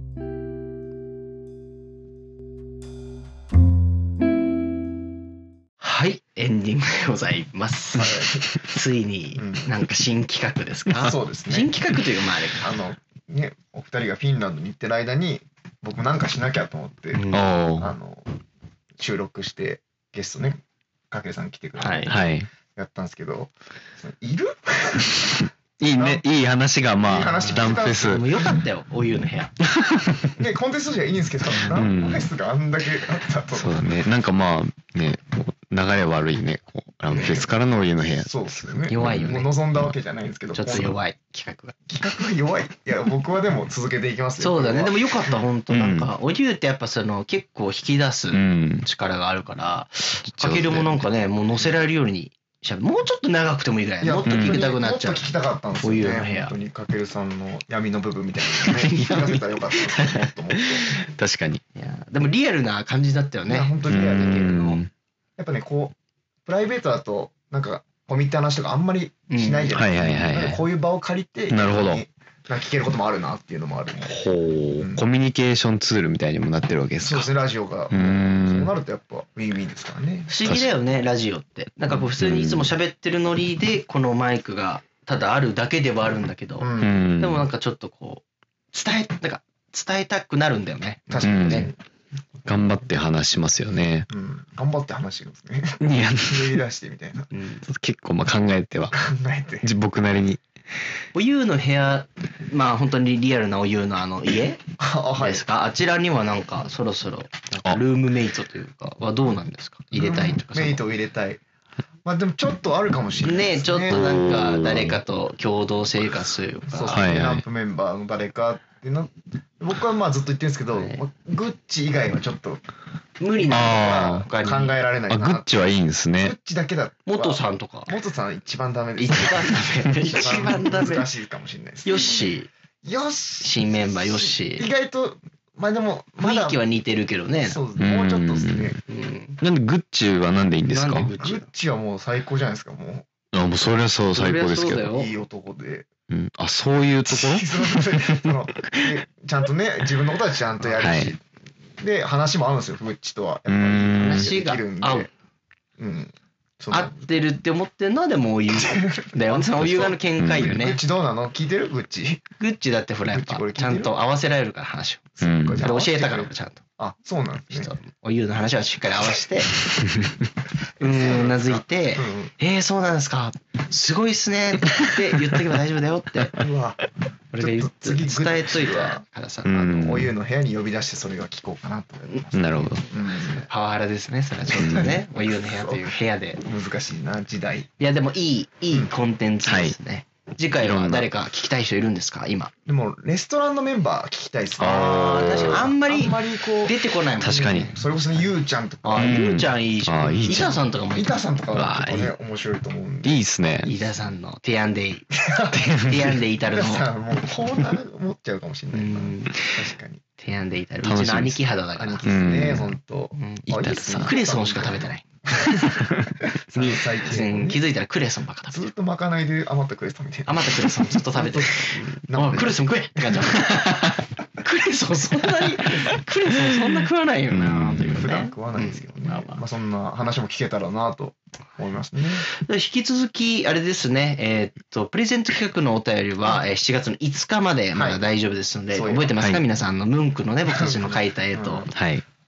はい、エンディングでございます。ついになんか新企画ですか？ そうですね。 新企画というかまああれか。 ね、お二人がフィンランドに行ってる間に僕なんかしなきゃと思って、収録してゲストね、かけるさん来てくれて、 はい。 やったんですけど、いる？ いいね、いい話がまあ、ランプフェス。 でもよかったよ、お湯の部屋。 ね、コンテストじゃいいんですけど、ランプフェスがあんだけあったと。 そうだね、なんかまあね、流れ悪いね、こうランプフェスからのお湯の部屋。 そうですよね。 弱いよね。 もう望んだわけじゃないんですけど、 ちょっと弱い企画が。 企画が弱い。いや、僕はでも続けていきますよ。 そうだね、でもよかった本当なんかお湯ってやっぱその結構引き出す力があるから、かけるもなんかね、もう乗せられるように。もうちょっと長くてもいいぐらい。もっと聞きたくなっちゃう。 もっと聞きたかったんですよね。お湯の部屋。本当にかけるさんの闇の部分みたいなのね、聞かせたらよかったなと思って。 確かに。 いやでもリアルな感じだったよね。 本当にリアルだけど、やっぱねこうプライベートだとなんか込み入った話とかあんまりしないじゃないですか。こういう場を借りて、 なるほど。 聞けることもあるなっていうのもあるんで。 ほう、コミュニケーションツールみたいにもなってるわけですか。 そうですね、ラジオが。そうなるとやっぱウィンウィンですからね。 不思議だよね、ラジオって。なんかこう普通にいつも喋ってるノリでこのマイクがただあるだけではあるんだけど、でもなんかちょっとこう伝えたくなるんだよね。 確かにね。 頑張って話しますよね。 頑張って話してるんですね。いや、言い出してみたいな。 結構まあ考えては。僕なりに。 お湯の部屋、まあ本当にリアルなお湯の家ですか？あちらにはなんかそろそろルームメイトというかはどうなんですか？入れたいとか。 メイトを入れたい。まあでもちょっとあるかもしれないですね。 ちょっとなんか誰かと共同生活というか。 そうですね。ランプメンバーの誰かっていうの、僕はまあずっと言ってるんですけど、グッチ以外はちょっと無理なのが考えられないな。 グッチはいいんですね。 グッチだけだ。 元さんとか。 元さん一番ダメです。 一番ダメ。 難しいかもしれないです。 よし。新メンバーよし。 意外とまあでも雰囲気は似てるけどね。 そうですね。もうちょっとですね。 なんでグッチはなんでいいんですか？ グッチはもう最高じゃないですか。もう。もうそれはそう最高ですけど。 いい男で。 あ、そういうところ？ ちゃんとね、自分のことはちゃんとやるし。で話も合うんですよ、グッチとは。 話が合う。合ってるって思ってるのはでもお湯だよね。お湯がの見解よね。 グッチどうなの？聞いてる？グッチ。 グッチだってほらやっぱちゃんと合わせられるから話を。教えたからちゃんと。 あ、そうなんですね。 お湯の話はしっかり合わせて、うなずいて、そうなんですか。すごいっすねって言っとけば大丈夫だよって。俺が伝えといたからさ、 お湯の部屋に呼び出してそれは聞こうかなと思います。 なるほど。 パワハラですね、それはちょっとね。お湯の部屋という部屋で。 難しいな、時代。いやでもいいコンテンツですね。次回は誰か聞きたい人いるんですか今？ でもレストランのメンバー聞きたいですね。 確かにあんまり出てこないもんね。 確かに。 それこそね、ゆうちゃんとか。 ゆうちゃんいいじゃん。イタさんとかもいい。 イタさんとかは結構ね面白いと思うんで。 いいっすね。 イタさんのテアンデイ至るの。 もうこうなる思っちゃうかもしれないな。確かに。 テアンデイ至る。うちの兄貴肌だから。 兄貴ですね、本当。 クレソンしか食べてない。気づいたらクレソンばっか食べてる。 ずっとまかないで余ったクレソンみたいな。 余ったクレソンずっと食べてる。クレソン食えって感じ。クレソンそんな食わないよな。 普段食わないですけどね。まあそんな話も聞けたらなと思いますね。 引き続きあれですね。プレゼント企画のお便りは7月の5日までまだ大丈夫ですので、覚えてますか皆さんムンクのね僕たちの描いた絵と。 はい。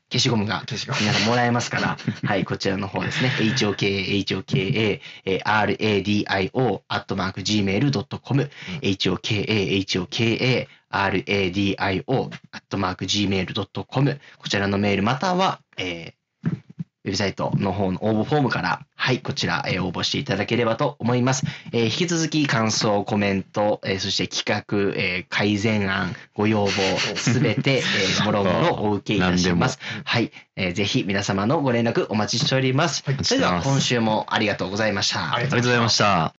消しゴムが皆さんもらえますから、はい、こちらの方ですね、hoka,hoka,radio@gmail.com、hoka,radio@gmail.com、こちらのメールまたは、ウェブサイトの方の応募フォームから、はい、こちら、応募していただければと思います。引き続き感想、コメント、そして企画、改善案、ご要望、すべて、もろもろお受けいたします。はい、ぜひ皆様のご連絡お待ちしております。それでは今週もありがとうございました。 ありがとうございました。